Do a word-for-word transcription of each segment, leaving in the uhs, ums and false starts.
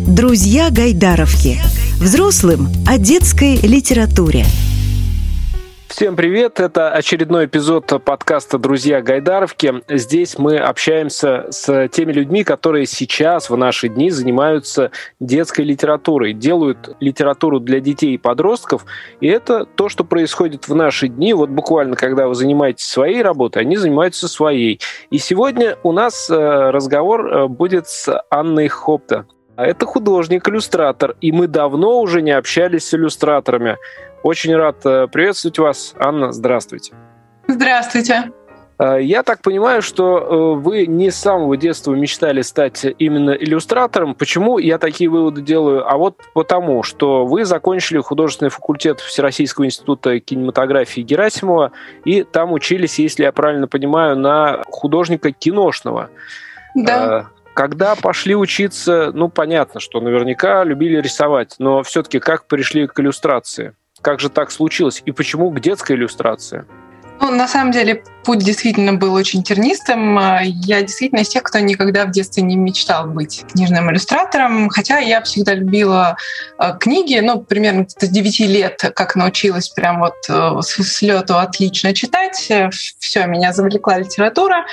Друзья Гайдаровки. Взрослым о детской литературе. Всем привет! Это очередной эпизод подкаста «Друзья Гайдаровки». Здесь мы общаемся с теми людьми, которые сейчас, в наши дни, занимаются детской литературой, делают литературу для детей и подростков. И это то, что происходит в наши дни. Вот буквально, когда вы занимаетесь своей работой, они занимаются своей. И сегодня у нас разговор будет с Анной Хопта. Это художник-иллюстратор, и мы давно уже не общались с иллюстраторами. Очень рад приветствовать вас. Анна, здравствуйте. Здравствуйте. Я так понимаю, что вы не с самого детства мечтали стать именно иллюстратором. Почему я такие выводы делаю? А вот потому, что вы закончили художественный факультет Всероссийского института кинематографии Герасимова, и там учились, если я правильно понимаю, на художника киношного. Да. Когда пошли учиться, ну, понятно, что наверняка любили рисовать, но все-таки как пришли к иллюстрации? Как же так случилось? И почему к детской иллюстрации? Ну, на самом деле, путь действительно был очень тернистым. Я действительно из тех, кто никогда в детстве не мечтал быть книжным иллюстратором, хотя я всегда любила книги, ну, примерно с девяти лет, как научилась прям вот с лету отлично читать. Все, меня завлекла литература.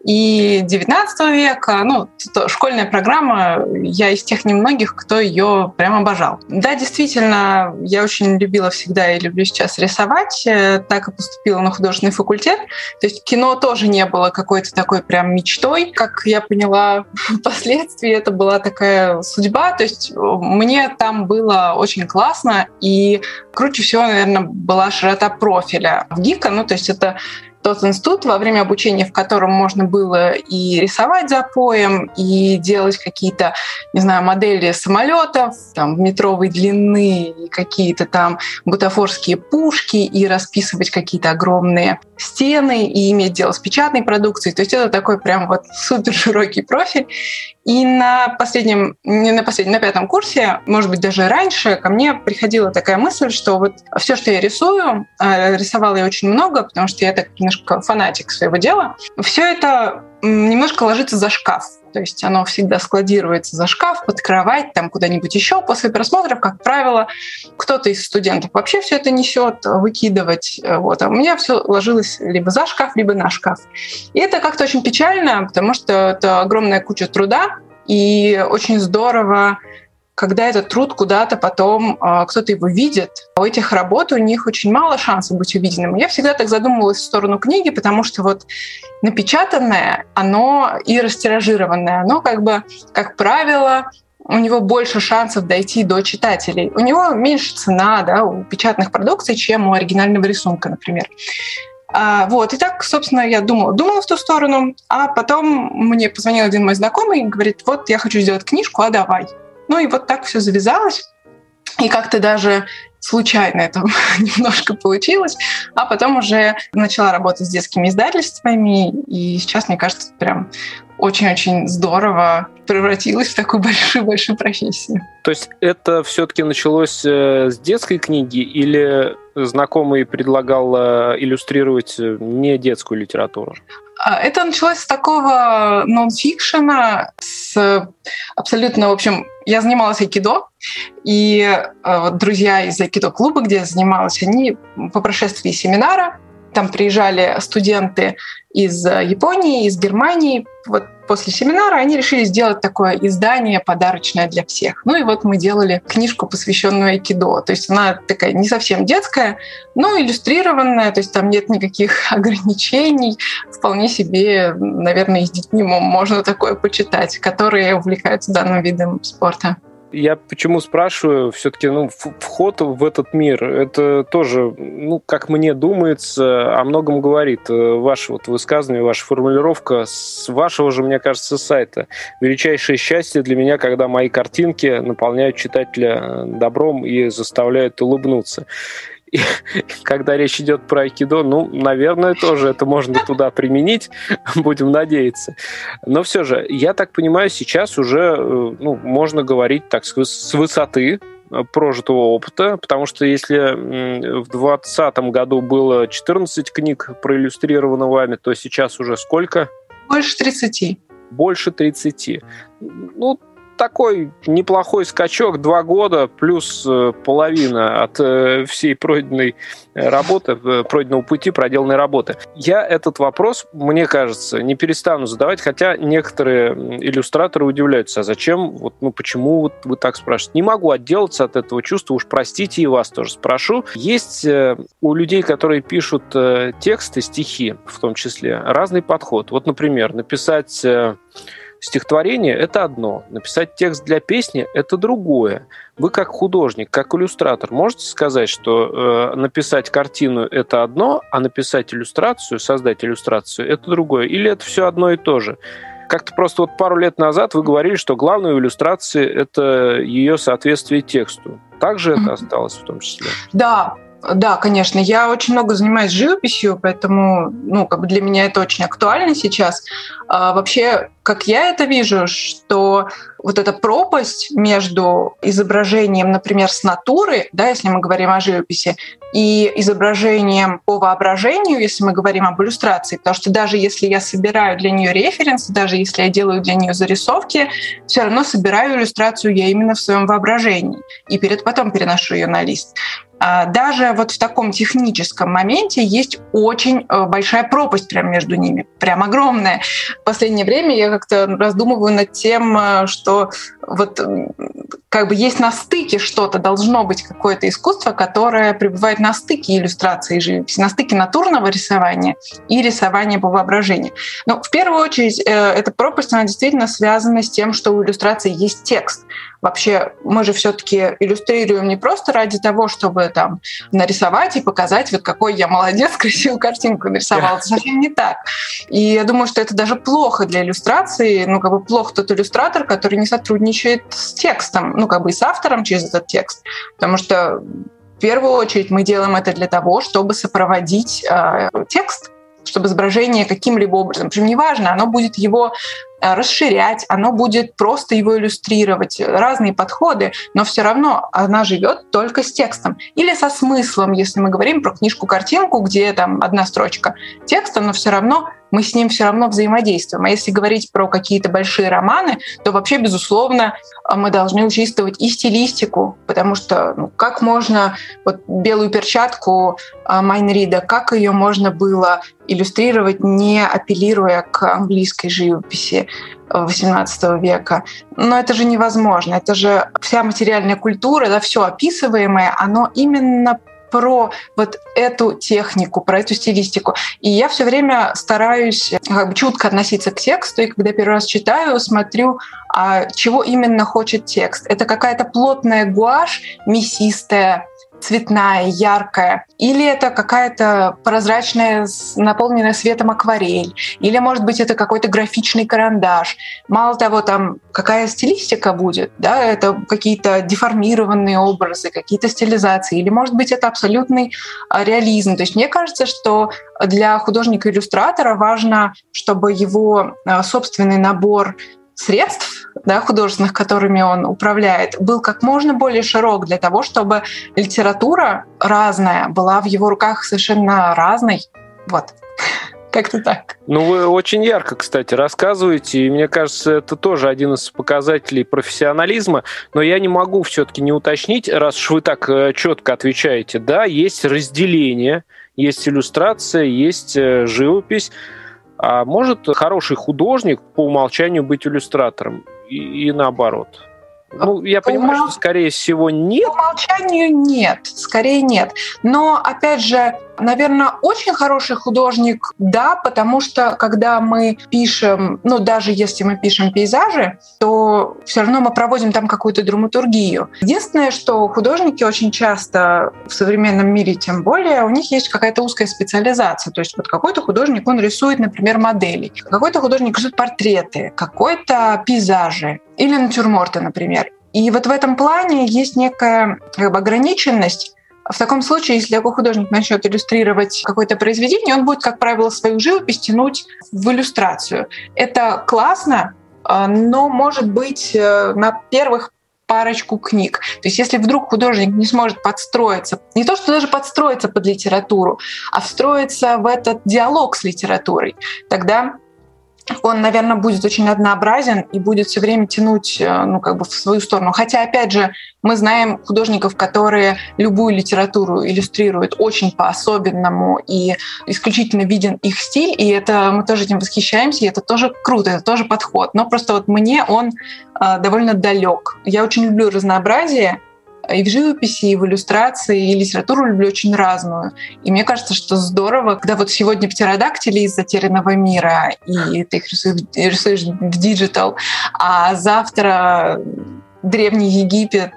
И девятнадцатого века, ну, школьная программа, я из тех немногих, кто ее прям обожал. Да, действительно, я очень любила всегда и люблю сейчас рисовать, так и поступила на художественный факультет. То есть кино тоже не было какой-то такой прям мечтой. Как я поняла впоследствии, это была такая судьба. То есть мне там было очень классно, и круче всего, наверное, была широта профиля в ГИКа. Ну, то есть это тот институт, во время обучения в котором можно было и рисовать запоем, и делать какие-то, не знаю, модели самолетов, там, метровой длины, и какие-то там бутафорские пушки, и расписывать какие-то огромные стены, и иметь дело с печатной продукцией. То есть это такой прям вот супер широкий профиль. И на последнем, не на последнем, на пятом курсе, может быть, даже раньше, ко мне приходила такая мысль, что вот все, что я рисую, рисовала я очень много, потому что я так немножко фанатик своего дела, все это немножко ложится за шкаф. То есть оно всегда складируется за шкаф, под кровать, там куда-нибудь еще. После просмотров, как правило, кто-то из студентов вообще все это несет, выкидывать. Вот. А у меня все ложилось либо за шкаф, либо на шкаф. И это как-то очень печально, потому что это огромная куча труда, и очень здорово, когда этот труд куда-то потом э, кто-то его видит. У этих работ у них очень мало шансов быть увиденным. Я всегда так задумывалась в сторону книги, потому что вот напечатанное, оно и растиражированное, оно как бы, как правило, у него больше шансов дойти до читателей. У него меньше цена, да, у печатных продукций, чем у оригинального рисунка, например. А, вот, и так, собственно, я думала, думала в ту сторону, а потом мне позвонил один мой знакомый и говорит: вот, я хочу сделать книжку, а давай. Ну и вот так все завязалось, и как-то даже случайно это немножко получилось, а потом уже начала работать с детскими издательствами, и сейчас, мне кажется, прям очень-очень здорово превратилась в такую большую-большую профессию. То есть это все-таки началось с детской книги, или знакомый предлагал иллюстрировать не детскую литературу? Это началось с такого нон-фикшена, с абсолютно, в общем, я занималась айкидо, и э, друзья из айкидо-клуба, где я занималась, они по прошествии семинара, там приезжали студенты из Японии, из Германии. Вот после семинара они решили сделать такое издание подарочное для всех. Ну и вот мы делали книжку, посвященную айкидо. То есть она такая не совсем детская, но иллюстрированная, то есть там нет никаких ограничений. Вполне себе, наверное, и с детьми можно такое почитать, которые увлекаются данным видом спорта. Я почему спрашиваю, все-таки ну, вход в этот мир, это тоже, ну, как мне думается, о многом говорит. Ваше вот высказывание, ваша формулировка с вашего же, мне кажется, сайта. Величайшее счастье для меня, когда мои картинки наполняют читателя добром и заставляют улыбнуться. И когда речь идет про айкидо, ну, наверное, тоже это можно туда применить, будем надеяться. Но все же, я так понимаю, сейчас уже ну, можно говорить так с высоты прожитого опыта, потому что если в двадцатом году было четырнадцать книг проиллюстрировано вами, то сейчас уже сколько? Больше тридцати. Больше тридцати. Ну, такой неплохой скачок, два года плюс половина от всей пройденной работы, пройденного пути, проделанной работы. Я этот вопрос, мне кажется, не перестану задавать, хотя некоторые иллюстраторы удивляются, а зачем, вот, ну почему вот вы так спрашиваете? Не могу отделаться от этого чувства, уж простите, и вас тоже спрошу. Есть у людей, которые пишут тексты, стихи в том числе, разный подход. Вот, например, написать стихотворение — это одно, написать текст для песни — это другое. Вы как художник, как иллюстратор можете сказать, что э, написать картину — это одно, а написать иллюстрацию, создать иллюстрацию — это другое? Или это все одно и то же? Как-то просто вот пару лет назад вы говорили, что главное в иллюстрации — это ее соответствие тексту. Так же это осталось в том числе? Да. Да, конечно. Я очень много занимаюсь живописью, поэтому ну, как бы для меня это очень актуально сейчас. А вообще, как я это вижу, что вот эта пропасть между изображением, например, с натуры, да, если мы говорим о живописи, и изображением по воображению, если мы говорим об иллюстрации, потому что даже если я собираю для нее референсы, даже если я делаю для нее зарисовки, все равно собираю иллюстрацию я именно в своем воображении и перед, потом переношу ее на лист. Даже вот в таком техническом моменте есть очень большая пропасть прямо между ними, прям огромная. В последнее время я как-то раздумываю над тем, что вот как бы есть на стыке что-то, должно быть какое-то искусство, которое пребывает на стыке иллюстрации и живописи, на стыке натурного рисования и рисования по воображению. Но в первую очередь эта пропасть, она действительно связана с тем, что у иллюстрации есть текст. Вообще, мы же все-таки иллюстрируем не просто ради того, чтобы там нарисовать и показать, вот какой я молодец, красивую картинку нарисовала. Это совсем не так. И я думаю, что это даже плохо для иллюстрации. Ну, как бы плохо тот иллюстратор, который не сотрудничает с текстом, ну, как бы и с автором через этот текст. Потому что в первую очередь мы делаем это для того, чтобы сопроводить э, текст, чтобы изображение каким-либо образом, причем неважно, оно будет его расширять, оно будет просто его иллюстрировать, разные подходы, но все равно она живет только с текстом или со смыслом, если мы говорим про книжку-картинку, где там одна строчка текста, но все равно мы с ним все равно взаимодействуем. А если говорить про какие-то большие романы, то вообще, безусловно, мы должны учитывать и стилистику, потому что ну, как можно вот белую перчатку Майнрида, как ее можно было иллюстрировать, не апеллируя к английской живописи восемнадцатого века. Но это же невозможно. Это же вся материальная культура, да, все описываемое, оно именно про вот эту технику, про эту стилистику. И я все время стараюсь как бы чутко относиться к тексту, и когда первый раз читаю, смотрю, а чего именно хочет текст. Это какая-то плотная гуашь, мясистая, цветная, яркая, или это какая-то прозрачная, наполненная светом акварель, или, может быть, это какой-то графичный карандаш. Мало того, там какая стилистика будет, да, это какие-то деформированные образы, какие-то стилизации, или, может быть, это абсолютный реализм. То есть мне кажется, что для художника-иллюстратора важно, чтобы его собственный набор средств, да, художественных, которыми он управляет, был как можно более широк для того, чтобы литература разная была в его руках совершенно разной. Вот. Как-то так. Ну, вы очень ярко, кстати, рассказываете, и мне кажется, это тоже один из показателей профессионализма, но я не могу все-таки не уточнить, раз уж вы так четко отвечаете, да, есть разделение, есть иллюстрация, есть живопись. А может хороший художник по умолчанию быть иллюстратором и, и наоборот? Ну, я по понимаю, умол... что, скорее всего, нет. По умолчанию нет, скорее нет. Но, опять же, наверное, очень хороший художник, да, потому что, когда мы пишем, ну, даже если мы пишем пейзажи, то все равно мы проводим там какую-то драматургию. Единственное, что художники очень часто в современном мире, тем более, у них есть какая-то узкая специализация. То есть вот какой-то художник, он рисует, например, модели, какой-то художник рисует портреты, какой-то пейзажи или натюрморты, например. И вот в этом плане есть некая как бы ограниченность. В таком случае, если такой художник начнет иллюстрировать какое-то произведение, он будет, как правило, свою живопись тянуть в иллюстрацию. Это классно, но, может быть, на первых парочку книг. То есть если вдруг художник не сможет подстроиться, не то что даже подстроиться под литературу, а встроиться в этот диалог с литературой, тогда он, наверное, будет очень однообразен и будет все время тянуть, ну, как бы в свою сторону. Хотя, опять же, мы знаем художников, которые любую литературу иллюстрируют очень по-особенному, и исключительно виден их стиль, и это мы тоже этим восхищаемся, и это тоже круто, это тоже подход. Но просто вот мне он э, довольно далек. Я очень люблю разнообразие, и в живописи, и в иллюстрации, и литературу люблю очень разную. И мне кажется, что здорово, когда вот сегодня птеродактили из «Затерянного мира», и ты их рисуешь, рисуешь в диджитал, а завтра Древний Египет,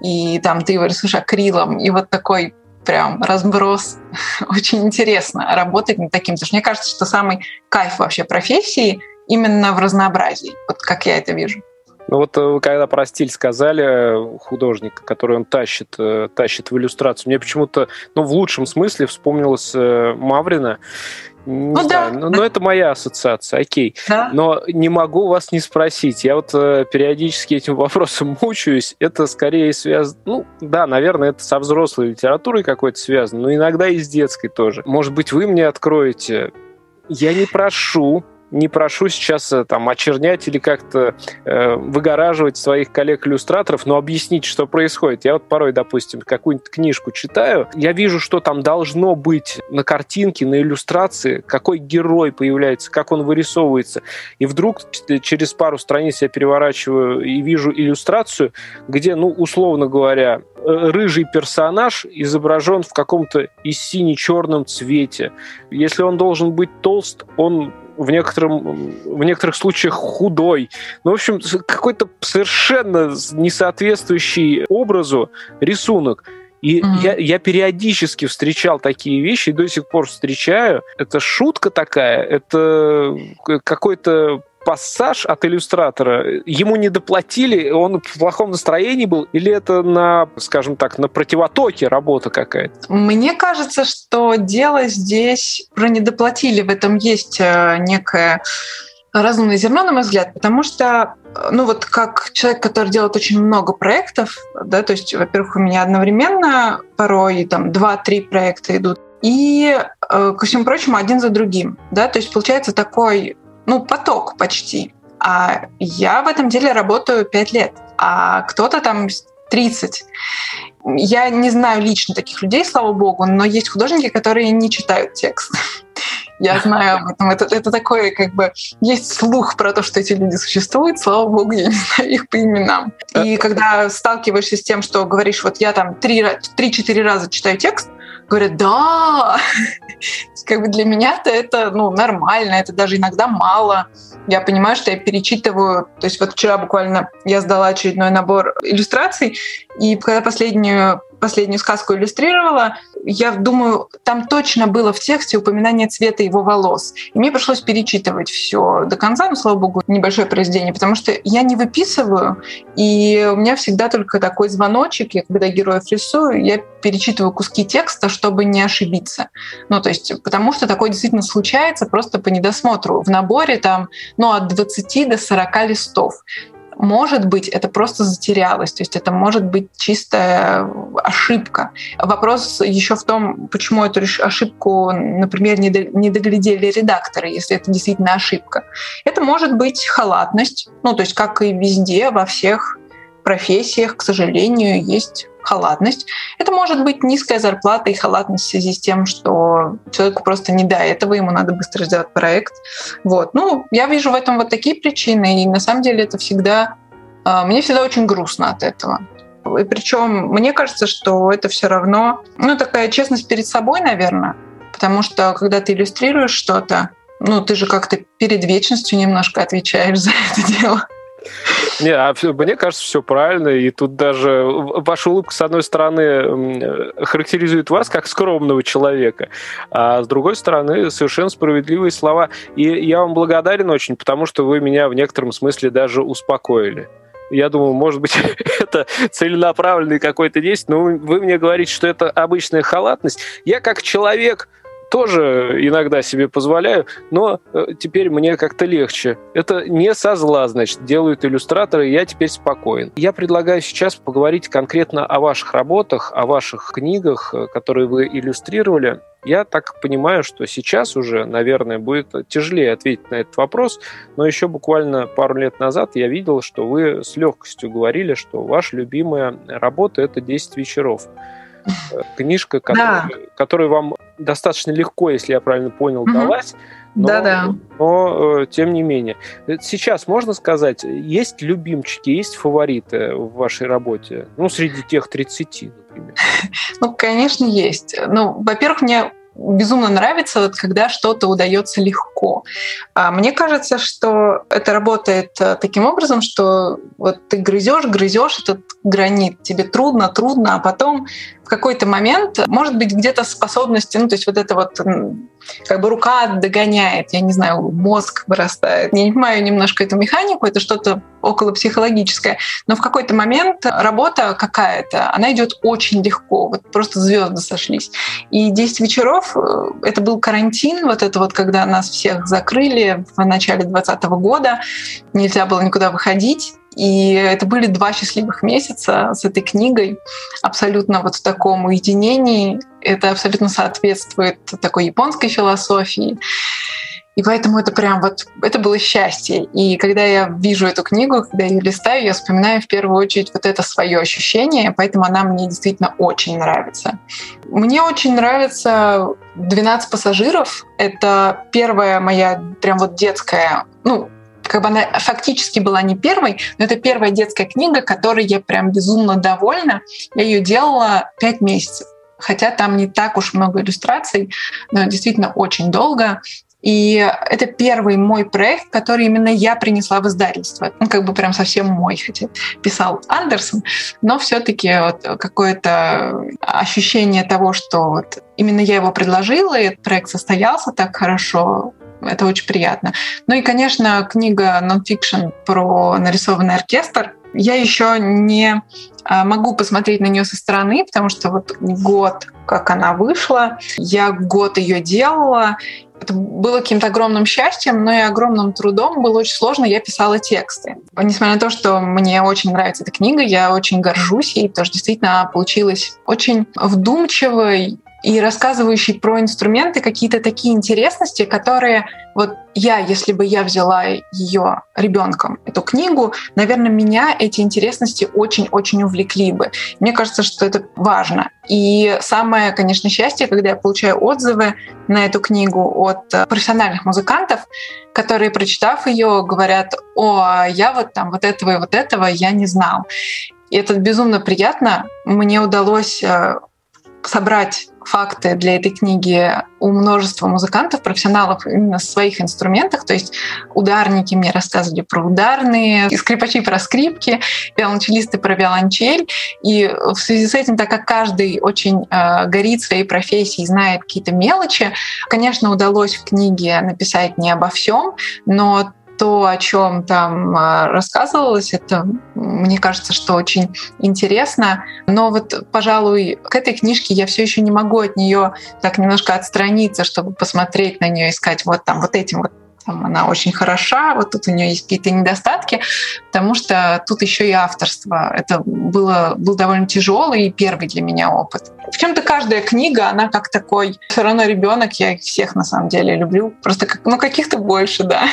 и там ты его рисуешь акрилом, и вот такой прям разброс. Очень интересно работать над таким. Потому что мне кажется, что самый кайф вообще профессии именно в разнообразии, вот как я это вижу. Ну вот вы когда про стиль сказали художника, который он тащит, тащит в иллюстрацию, мне почему-то, ну, в лучшем смысле вспомнилось Маврина. Не ну, знаю, да, но, да. но это моя ассоциация, окей. Да. Но не могу вас не спросить. Я вот э, периодически этим вопросом мучаюсь. Это скорее связано... Ну, да, наверное, это со взрослой литературой какой-то связано, но иногда и с детской тоже. Может быть, вы мне откроете... Я не прошу... Не прошу сейчас там очернять или как-то э, выгораживать своих коллег-иллюстраторов, но объяснить, что происходит. Я вот порой, допустим, какую-нибудь книжку читаю, я вижу, что там должно быть на картинке, на иллюстрации, какой герой появляется, как он вырисовывается. И вдруг через пару страниц я переворачиваю и вижу иллюстрацию, где, ну, условно говоря, рыжий персонаж изображен в каком-то и сине-черном цвете. Если он должен быть толст, он в, некотором, в некоторых случаях худой. Ну, в общем, какой-то совершенно несоответствующий образу рисунок. И mm-hmm. я, я периодически встречал такие вещи, и до сих пор встречаю. Это шутка такая, это какой-то пассаж от иллюстратора. Ему не доплатили, он в плохом настроении был, или это на, скажем так, на противотоке работа какая-то? Мне кажется, что дело здесь про недоплатили. В этом есть некое разумное зерно, на мой взгляд, потому что, ну вот как человек, который делает очень много проектов, да, то есть, во-первых, у меня одновременно порой там два-три проекта идут, и, ко всему прочему, один за другим, да, то есть получается такой ну, поток почти. А я в этом деле работаю пять лет, а кто-то там тридцать. Я не знаю лично таких людей, слава богу, но есть художники, которые не читают текст. Я знаю об этом. Это, это такое, как бы, есть слух про то, что эти люди существуют, слава богу, я не знаю их по именам. И когда сталкиваешься с тем, что говоришь, вот я там три-четыре раза читаю текст, говорят, да, как бы для меня-то это ну, нормально, это даже иногда мало. Я понимаю, что я перечитываю. То есть вот вчера буквально я сдала очередной набор иллюстраций, и когда последнюю, последнюю сказку иллюстрировала, я думаю, там точно было в тексте упоминание цвета его волос. И мне пришлось перечитывать все до конца, ну, слава богу, небольшое произведение, потому что я не выписываю, и у меня всегда только такой звоночек, я когда героев рисую, я перечитываю куски текста, чтобы не ошибиться. Ну, то есть, потому что такое действительно случается просто по недосмотру. В наборе там, ну, от двадцати до сорока листов. Может быть, это просто затерялось, то есть это может быть чистая ошибка. Вопрос еще в том, почему эту ошибку, например, не доглядели редакторы, если это действительно ошибка. Это может быть халатность, ну то есть как и везде, во всех профессиях, к сожалению, есть халатность. Это может быть низкая зарплата и халатность в связи с тем, что человеку просто не до этого, ему надо быстро сделать проект. Вот. Ну, я вижу в этом вот такие причины, и на самом деле это всегда... Мне всегда очень грустно от этого. И причем мне кажется, что это все равно, ну, такая честность перед собой, наверное, потому что когда ты иллюстрируешь что-то, ну, ты же как-то перед вечностью немножко отвечаешь за это дело. Не, а мне кажется, все правильно, и тут даже ваша улыбка, с одной стороны, характеризует вас как скромного человека, а с другой стороны, совершенно справедливые слова. И я вам благодарен очень, потому что вы меня в некотором смысле даже успокоили. Я думаю, может быть, это целенаправленное какое-то действие, но вы мне говорите, что это обычная халатность. Я как человек тоже иногда себе позволяю, но теперь мне как-то легче. Это не со зла, значит, делают иллюстраторы, и я теперь спокоен. Я предлагаю сейчас поговорить конкретно о ваших работах, о ваших книгах, которые вы иллюстрировали. Я так понимаю, что сейчас уже, наверное, будет тяжелее ответить на этот вопрос, но еще буквально пару лет назад я видел, что вы с легкостью говорили, что ваша любимая работа – это «десять вечеров». Книжка, которая, да. которая вам достаточно легко, если я правильно понял, угу. далась, но, Да-да. но тем не менее. Сейчас можно сказать, есть любимчики, есть фавориты в вашей работе? Ну, среди тех тридцати, например. Ну, конечно, есть. Ну, во-первых, мне безумно нравится, вот, когда что-то удается легко. А мне кажется, что это работает таким образом, что вот ты грызешь, грызешь этот гранит, тебе трудно, трудно, а потом в какой-то момент, может быть, где-то способности, ну, то есть вот это вот как бы рука догоняет, я не знаю, мозг вырастает. Я не понимаю немножко эту механику, это что-то около психологическое, но в какой-то момент работа какая-то, она идет очень легко, вот просто звезды сошлись. И десять вечеров, это был карантин, вот это вот, когда нас всех закрыли в начале двадцатого года, нельзя было никуда выходить. И это были два счастливых месяца с этой книгой, абсолютно вот в таком уединении. Это абсолютно соответствует такой японской философии. И поэтому это прям вот, это было счастье. И когда я вижу эту книгу, когда я ее листаю, я вспоминаю в первую очередь вот это свое ощущение, поэтому она мне действительно очень нравится. Мне очень нравится «двенадцать пассажиров». Это первая моя прям вот детская, ну, как бы она фактически была не первой, но это первая детская книга, которой я прям безумно довольна. Я ее делала пять месяцев, хотя там не так уж много иллюстраций, но действительно очень долго. И это первый мой проект, который именно я принесла в издательство. Ну, как бы прям совсем мой, хотя писал Андерсон, но все-таки вот какое-то ощущение того, что вот именно я его предложила, и этот проект состоялся так хорошо. Это очень приятно. Ну и, конечно, книга «Нонфикшн» про нарисованный оркестр. Я еще не могу посмотреть на нее со стороны, потому что вот год, как она вышла, я год ее делала. Это было каким-то огромным счастьем, но и огромным трудом. Было очень сложно, я писала тексты. Несмотря на то, что мне очень нравится эта книга, я очень горжусь ей, потому что действительно получилась очень вдумчивой и рассказывающий про инструменты какие-то такие интересности, которые вот я, если бы я взяла ее ребенком, эту книгу, наверное, меня эти интересности очень-очень увлекли бы. Мне кажется, что это важно. И самое, конечно, счастье, когда я получаю отзывы на эту книгу от профессиональных музыкантов, которые, прочитав ее, говорят: «О, я вот там вот этого и вот этого я не знал». И это безумно приятно. Мне удалось собрать факты для этой книги у множества музыкантов, профессионалов именно в своих инструментах. То есть ударники мне рассказывали про ударные, скрипачи про скрипки, виолончелисты про виолончель. И в связи с этим, так как каждый очень э, горит своей профессией, знает какие-то мелочи, конечно, удалось в книге написать не обо всем, но то, о чем там рассказывалось, это, мне кажется, что очень интересно. Но вот, пожалуй, к этой книжке я все еще не могу от нее так немножко отстраниться, чтобы посмотреть на нее и сказать: вот там, вот этим вот там она очень хороша, вот тут у нее есть какие-то недостатки, потому что тут еще и авторство. Это было, был довольно тяжелый и первый для меня опыт. В чем-то каждая книга, она как такой, все равно ребенок, я их всех на самом деле люблю, просто как, ну каких-то больше, да.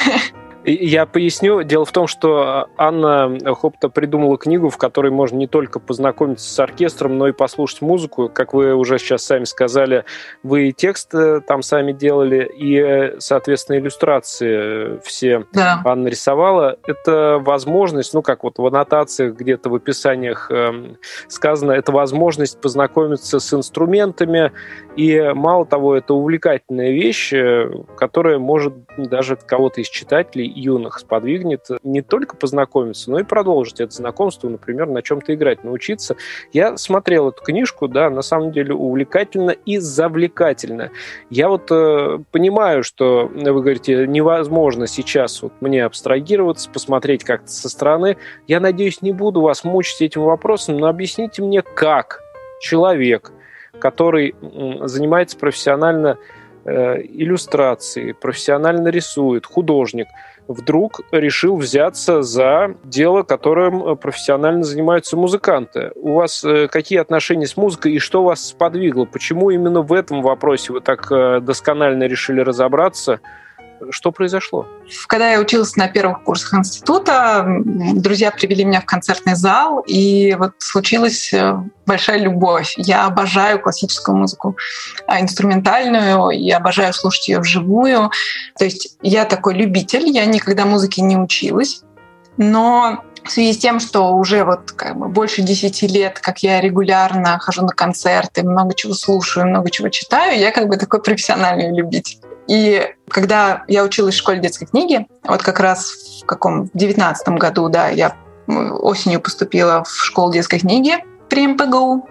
Я поясню. Дело в том, что Анна Хопта придумала книгу, в которой можно не только познакомиться с оркестром, но и послушать музыку. Как вы уже сейчас сами сказали, вы и текст там сами делали, и, соответственно, иллюстрации все да. Анна рисовала. Это возможность, ну, как вот в аннотациях, где-то в описаниях сказано, это возможность познакомиться с инструментами, и, мало того, это увлекательная вещь, которая может даже кого-то из читателей юных сподвигнет не только познакомиться, но и продолжить это знакомство, например, на чем-то играть, научиться. Я смотрел эту книжку, да, на самом деле увлекательно и завлекательно. Я вот э, понимаю, что, вы говорите, невозможно сейчас вот мне абстрагироваться, посмотреть как-то со стороны. Я надеюсь, не буду вас мучить этим вопросом, но объясните мне, как человек, который занимается профессионально иллюстрацией, профессионально рисует, художник, вдруг решил взяться за дело, которым профессионально занимаются музыканты. У вас какие отношения с музыкой и что вас сподвигло? Почему именно в этом вопросе вы так досконально решили разобраться? Что произошло? Когда я училась на первых курсах института, друзья привели меня в концертный зал, и вот случилась большая любовь. Я обожаю классическую музыку, инструментальную, я обожаю слушать ее вживую. То есть я такой любитель, я никогда музыке не училась, но в связи с тем, что уже вот как бы больше десяти лет, как я регулярно хожу на концерты, много чего слушаю, много чего читаю, я как бы такой профессиональный любитель. И когда я училась в школе детской книги, вот как раз в каком девятнадцатом году, да, я осенью поступила в школу детской книги при эм пэ гэ у,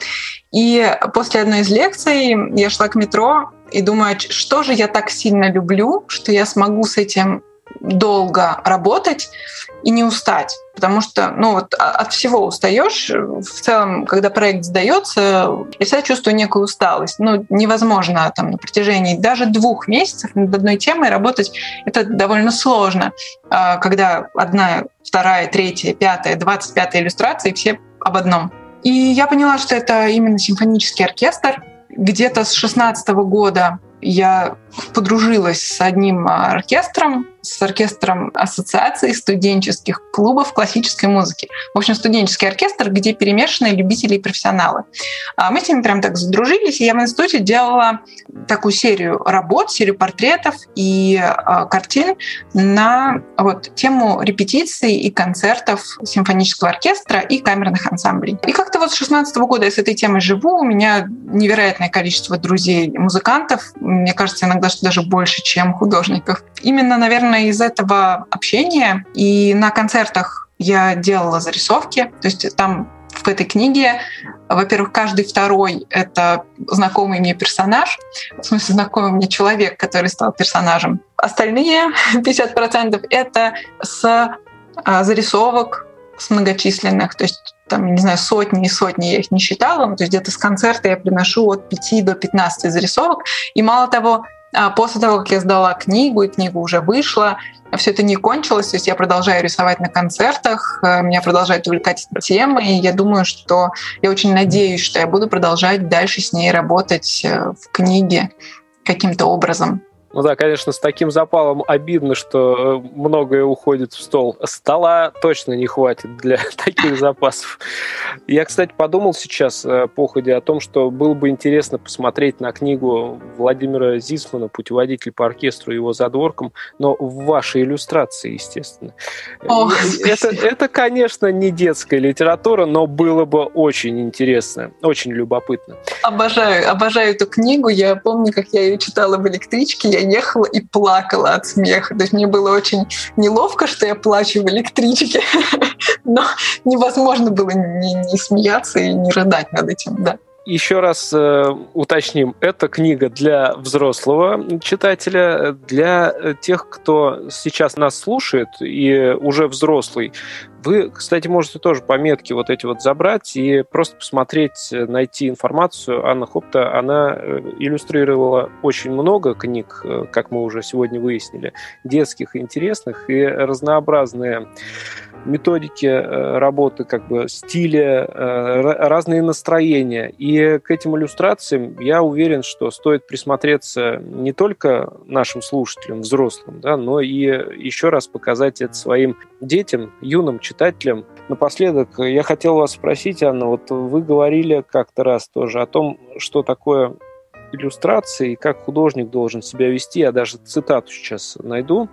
и после одной из лекций я шла к метро и думаю, что же я так сильно люблю, что я смогу с этим долго работать и не устать. Потому что ну, вот от всего устаешь. В целом, когда проект сдается, я всегда чувствую некую усталость. Ну, невозможно там, на протяжении даже двух месяцев над одной темой работать. Это довольно сложно. Когда одна, вторая, третья, пятая, двадцать пятая иллюстрация, и все об одном. И я поняла, что это именно симфонический оркестр. Где-то с шестнадцатого года я подружилась с одним оркестром, с оркестром Ассоциации студенческих клубов классической музыки. В общем, студенческий оркестр, где перемешаны любители и профессионалы. Мы с ними прям так задружились, и я в институте делала такую серию работ, серию портретов и картин на вот, тему репетиций и концертов симфонического оркестра и камерных ансамблей. И как-то вот с шестнадцатого года я с этой темой живу, у меня невероятное количество друзей-музыкантов, мне кажется, иногда что даже больше, чем художников. Именно, наверное, из этого общения и на концертах я делала зарисовки. То есть там в этой книге, во-первых, каждый второй — это знакомый мне персонаж, в смысле знакомый мне человек, который стал персонажем. Остальные пятьдесят процентов — это с зарисовок, с многочисленных, то есть там, не знаю, сотни и сотни, я их не считала, но то есть где-то с концерта я приношу от пяти до пятнадцати зарисовок. И мало того, после того, как я сдала книгу, и книга уже вышла, все это не кончилось, то есть я продолжаю рисовать на концертах, меня продолжает увлекать эта тема, и я думаю, что я очень надеюсь, что я буду продолжать дальше с ней работать в книге каким-то образом. Ну да, конечно, с таким запалом обидно, что многое уходит в стол. Стола точно не хватит для таких запасов. Я, кстати, подумал сейчас по ходе о том, что было бы интересно посмотреть на книгу Владимира Зисмана «Путеводитель по оркестру и его задворкам», но в вашей иллюстрации, естественно. О, это, это, конечно, не детская литература, но было бы очень интересно, очень любопытно. Обожаю, обожаю эту книгу. Я помню, как я ее читала в электричке, я ехала и плакала от смеха. То есть мне было очень неловко, что я плачу в электричке, но невозможно было не, не смеяться и не рыдать над этим, да. Еще раз э, уточним, это книга для взрослого читателя, для тех, кто сейчас нас слушает и уже взрослый. Вы, кстати, можете тоже пометки вот эти вот забрать и просто посмотреть, найти информацию. Анна Хопта, она иллюстрировала очень много книг, как мы уже сегодня выяснили, детских, интересных и разнообразные методики работы, как бы стиля, разные настроения. И к этим иллюстрациям я уверен, что стоит присмотреться не только нашим слушателям, взрослым, да, но и еще раз показать это своим детям, юным читателям. Напоследок я хотел вас спросить, Анна, вот вы говорили как-то раз тоже о том, что такое иллюстрация и как художник должен себя вести. Я даже цитату сейчас найду.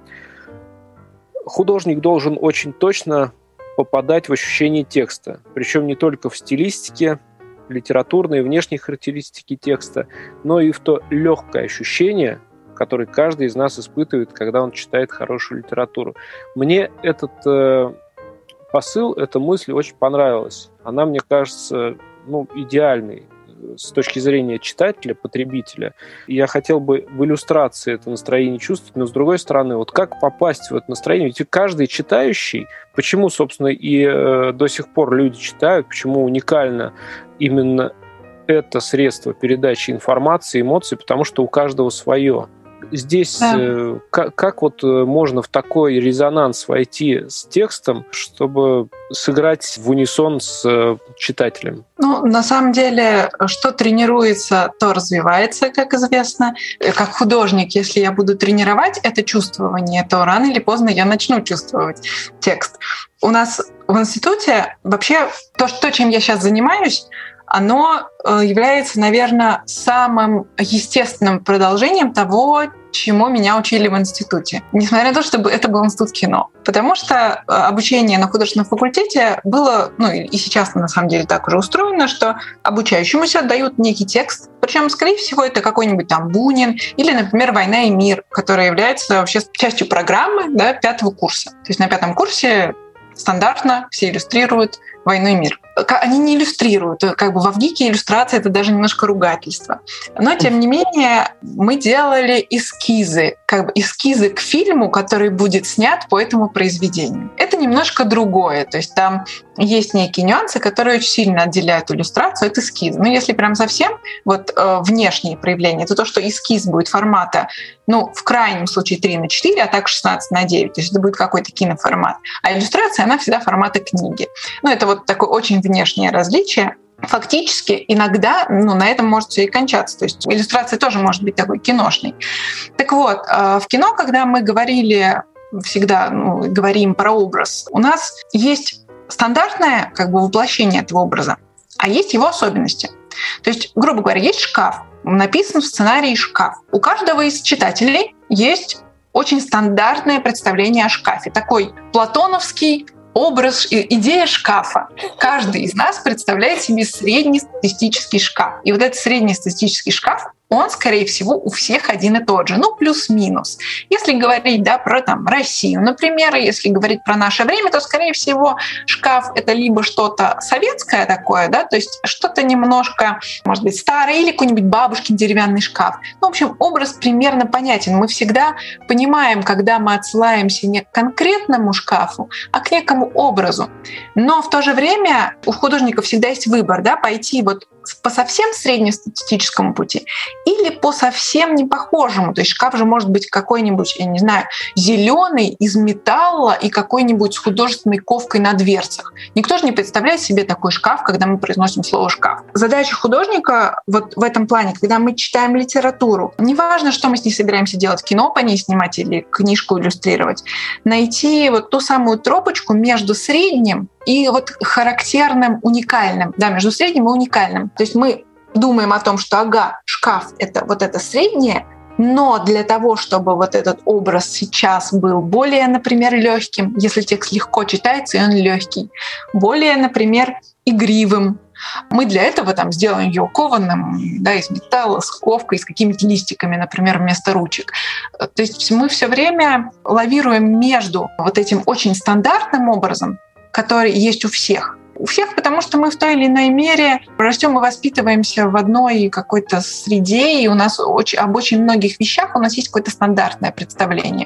Художник должен очень точно попадать в ощущение текста, причем не только в стилистике, литературной и внешней характеристике текста, но и в то легкое ощущение, которое каждый из нас испытывает, когда он читает хорошую литературу. Мне этот э, посыл, эта мысль очень понравилась. Она, мне кажется, ну, идеальной с точки зрения читателя, потребителя. И я хотел бы в иллюстрации это настроение чувствовать, но с другой стороны, вот как попасть в это настроение? Ведь каждый читающий, почему, собственно, и э, до сих пор люди читают, почему уникально именно это средство передачи информации, эмоций, потому что у каждого свое. здесь Да. э, как, как вот можно в такой резонанс войти с текстом, чтобы сыграть в унисон с э, читателем? Ну, на самом деле, что тренируется, то развивается, как известно. Как художник, если я буду тренировать это чувствование, то рано или поздно я начну чувствовать текст. У нас в институте вообще то, что, чем я сейчас занимаюсь, оно является, наверное, самым естественным продолжением того, чему меня учили в институте. Несмотря на то, что это был институт кино. Потому что обучение на художественном факультете было, ну и сейчас на самом деле так уже устроено, что обучающемуся дают некий текст, причем, скорее всего, это какой-нибудь там Бунин или, например, «Война и мир», которая является вообще частью программы, да, пятого курса. То есть на пятом курсе стандартно все иллюстрируют «Войну и мир». Они не иллюстрируют. Как бы в ВГИКе иллюстрация — это даже немножко ругательство. Но, тем не менее, мы делали эскизы, как бы эскизы к фильму, который будет снят по этому произведению. Это немножко другое. То есть там есть некие нюансы, которые очень сильно отделяют иллюстрацию от эскиза. Но если прям совсем вот э, внешние проявления, то то, что эскиз будет формата, ну, в крайнем случае три на четыре, а так шестнадцать на девять. То есть это будет какой-то киноформат. А иллюстрация, она всегда формата книги. Ну, это вот такое очень внешнее различие. Фактически иногда, ну, на этом может все и кончаться. То есть иллюстрация тоже может быть такой киношной. Так вот, в кино, когда мы говорили всегда, ну, говорим про образ, у нас есть стандартное как бы воплощение этого образа, а есть его особенности. То есть, грубо говоря, есть шкаф, написан в сценарии шкаф. У каждого из читателей есть очень стандартное представление о шкафе. Такой платоновский образ, идея шкафа. Каждый из нас представляет себе среднестатистический шкаф. И вот этот среднестатистический шкаф, он, скорее всего, у всех один и тот же, ну, плюс-минус. Если говорить, да, про там, Россию, например, если говорить про наше время, то, скорее всего, шкаф — это либо что-то советское такое, да, то есть что-то немножко, может быть, старое, или какой-нибудь бабушкин деревянный шкаф. Ну, в общем, образ примерно понятен. Мы всегда понимаем, когда мы отсылаемся не к конкретному шкафу, а к некому образу. Но в то же время у художника всегда есть выбор, да, пойти вот по совсем среднестатистическому пути или по совсем не похожему. То есть шкаф же может быть какой-нибудь, я не знаю, зеленый из металла и какой-нибудь с художественной ковкой на дверцах. Никто же не представляет себе такой шкаф, когда мы произносим слово «шкаф». Задача художника вот в этом плане, когда мы читаем литературу, неважно, что мы с ней собираемся делать, кино по ней снимать или книжку иллюстрировать, найти вот ту самую тропочку между средним и вот характерным, уникальным, да, между средним и уникальным. То есть мы думаем о том, что ага, шкаф — это вот это среднее, но для того, чтобы вот этот образ сейчас был более, например, легким, если текст легко читается и он легкий, более, например, игривым, мы для этого там сделаем ее кованым, да, из металла, с ковкой, с какими-то листиками, например, вместо ручек. То есть мы все время лавируем между вот этим очень стандартным образом, который есть у всех. У всех, потому что мы в той или иной мере растем и воспитываемся в одной какой-то среде, и у нас очень, об очень многих вещах у нас есть какое-то стандартное представление.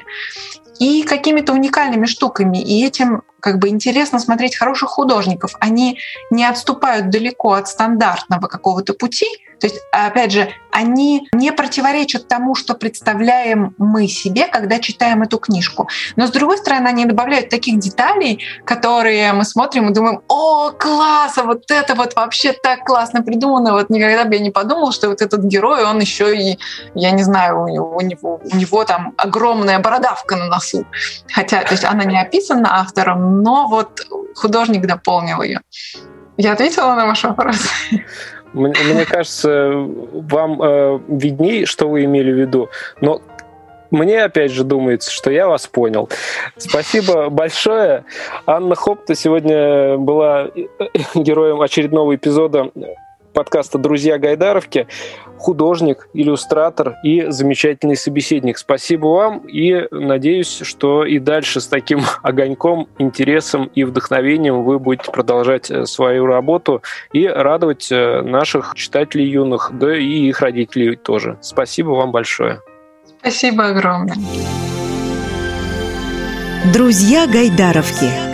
И какими-то уникальными штуками. И этим как бы интересно смотреть хороших художников. Они не отступают далеко от стандартного какого-то пути. То есть, опять же, они не противоречат тому, что представляем мы себе, когда читаем эту книжку. Но, с другой стороны, они добавляют таких деталей, которые мы смотрим и думаем: о, класс, а вот это вот вообще так классно придумано. Вот никогда бы я не подумал, что вот этот герой, он еще и, я не знаю, у него, у него, у него там огромная бородавка на носу. Хотя, то есть она не описана автором, но вот художник дополнил ее. Я ответила на ваш вопрос? Мне, мне кажется, вам э, видней, что вы имели в виду, но мне, опять же, думается, что я вас понял. Спасибо большое. Анна Хопта сегодня была героем очередного эпизода подкаста «Друзья Гайдаровки», художник, иллюстратор и замечательный собеседник. Спасибо вам, и надеюсь, что и дальше с таким огоньком, интересом и вдохновением вы будете продолжать свою работу и радовать наших читателей юных, да и их родителей тоже. Спасибо вам большое. Спасибо огромное. «Друзья Гайдаровки».